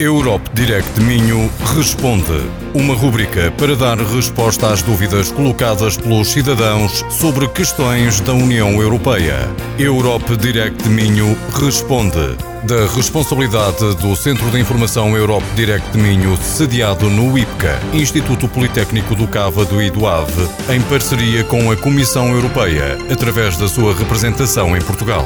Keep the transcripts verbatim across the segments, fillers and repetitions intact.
Europe Direct Minho Responde, uma rubrica para dar resposta às dúvidas colocadas pelos cidadãos sobre questões da União Europeia. Europe Direct Minho Responde, da responsabilidade do Centro de Informação Europe Direct Minho, sediado no I P C A, Instituto Politécnico do Cávado e do Ave, em parceria com a Comissão Europeia, através da sua representação em Portugal.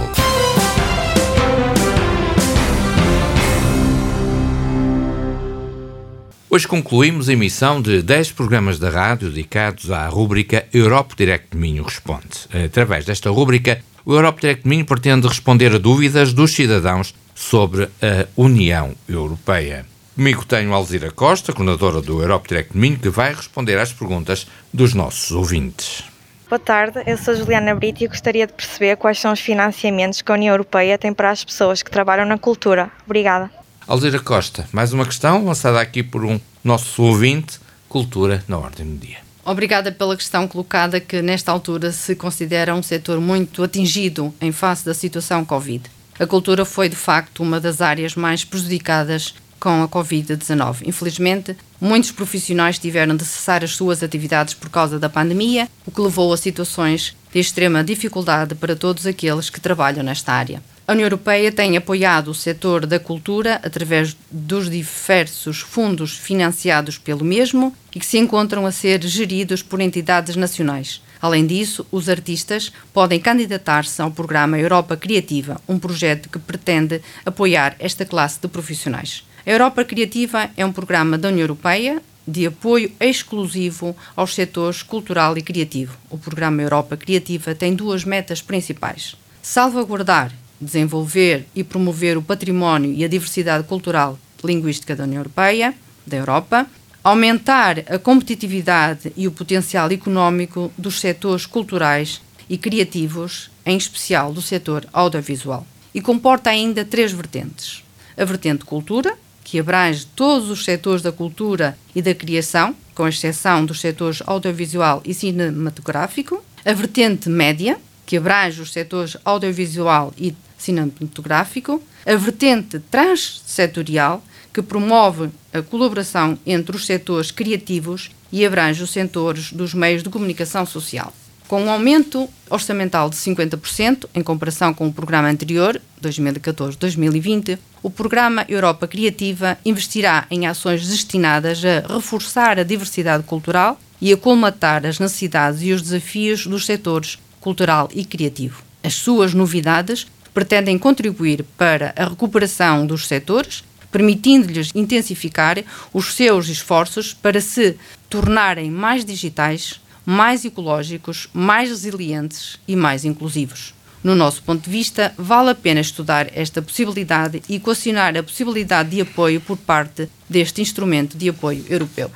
Hoje concluímos a emissão de dez programas da rádio dedicados à rúbrica Europe Direct Minho Responde. Através desta rúbrica, o Europe Direct Minho pretende responder a dúvidas dos cidadãos sobre a União Europeia. Comigo tenho Alzira Costa, coordenadora do Europe Direct Minho, que vai responder às perguntas dos nossos ouvintes. Boa tarde, eu sou Juliana Brito e gostaria de perceber quais são os financiamentos que a União Europeia tem para as pessoas que trabalham na cultura. Obrigada. Alzira Costa, mais uma questão lançada aqui por um nosso ouvinte, cultura na ordem do dia. Obrigada pela questão colocada, que nesta altura se considera um setor muito atingido em face da situação Covid. A cultura foi de facto uma das áreas mais prejudicadas com a covid dezanove. Infelizmente, muitos profissionais tiveram de cessar as suas atividades por causa da pandemia, o que levou a situações de extrema dificuldade para todos aqueles que trabalham nesta área. A União Europeia tem apoiado o setor da cultura através dos diversos fundos financiados pelo mesmo e que se encontram a ser geridos por entidades nacionais. Além disso, os artistas podem candidatar-se ao programa Europa Criativa, um projeto que pretende apoiar esta classe de profissionais. A Europa Criativa é um programa da União Europeia de apoio exclusivo aos setores cultural e criativo. O programa Europa Criativa tem duas metas principais: salvaguardar, desenvolver e promover o património e a diversidade cultural e linguística da União Europeia, da Europa, aumentar a competitividade e o potencial económico dos setores culturais e criativos, em especial do setor audiovisual. E comporta ainda três vertentes: a vertente cultura, que abrange todos os setores da cultura e da criação, com exceção dos setores audiovisual e cinematográfico; a vertente média, que abrange os setores audiovisual e cinematográfico; a vertente transsetorial, que promove a colaboração entre os setores criativos e abrange os setores dos meios de comunicação social. Com um aumento orçamental de cinquenta por cento, em comparação com o programa anterior, dois mil e catorze a dois mil e vinte, o programa Europa Criativa investirá em ações destinadas a reforçar a diversidade cultural e a colmatar as necessidades e os desafios dos setores cultural e criativo. As suas novidades pretendem contribuir para a recuperação dos setores, permitindo-lhes intensificar os seus esforços para se tornarem mais digitais, mais ecológicos, mais resilientes e mais inclusivos. No nosso ponto de vista, vale a pena estudar esta possibilidade e equacionar a possibilidade de apoio por parte deste instrumento de apoio europeu.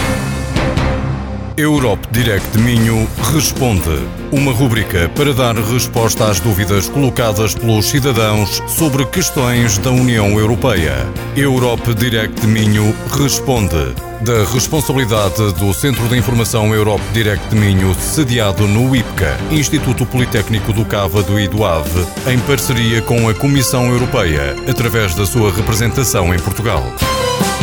Europe Direct Minho Responde, uma rubrica para dar resposta às dúvidas colocadas pelos cidadãos sobre questões da União Europeia. Europe Direct Minho Responde, da responsabilidade do Centro de Informação Europe Direct Minho, sediado no I P C A, Instituto Politécnico do Cávado e do Ave, em parceria com a Comissão Europeia, através da sua representação em Portugal.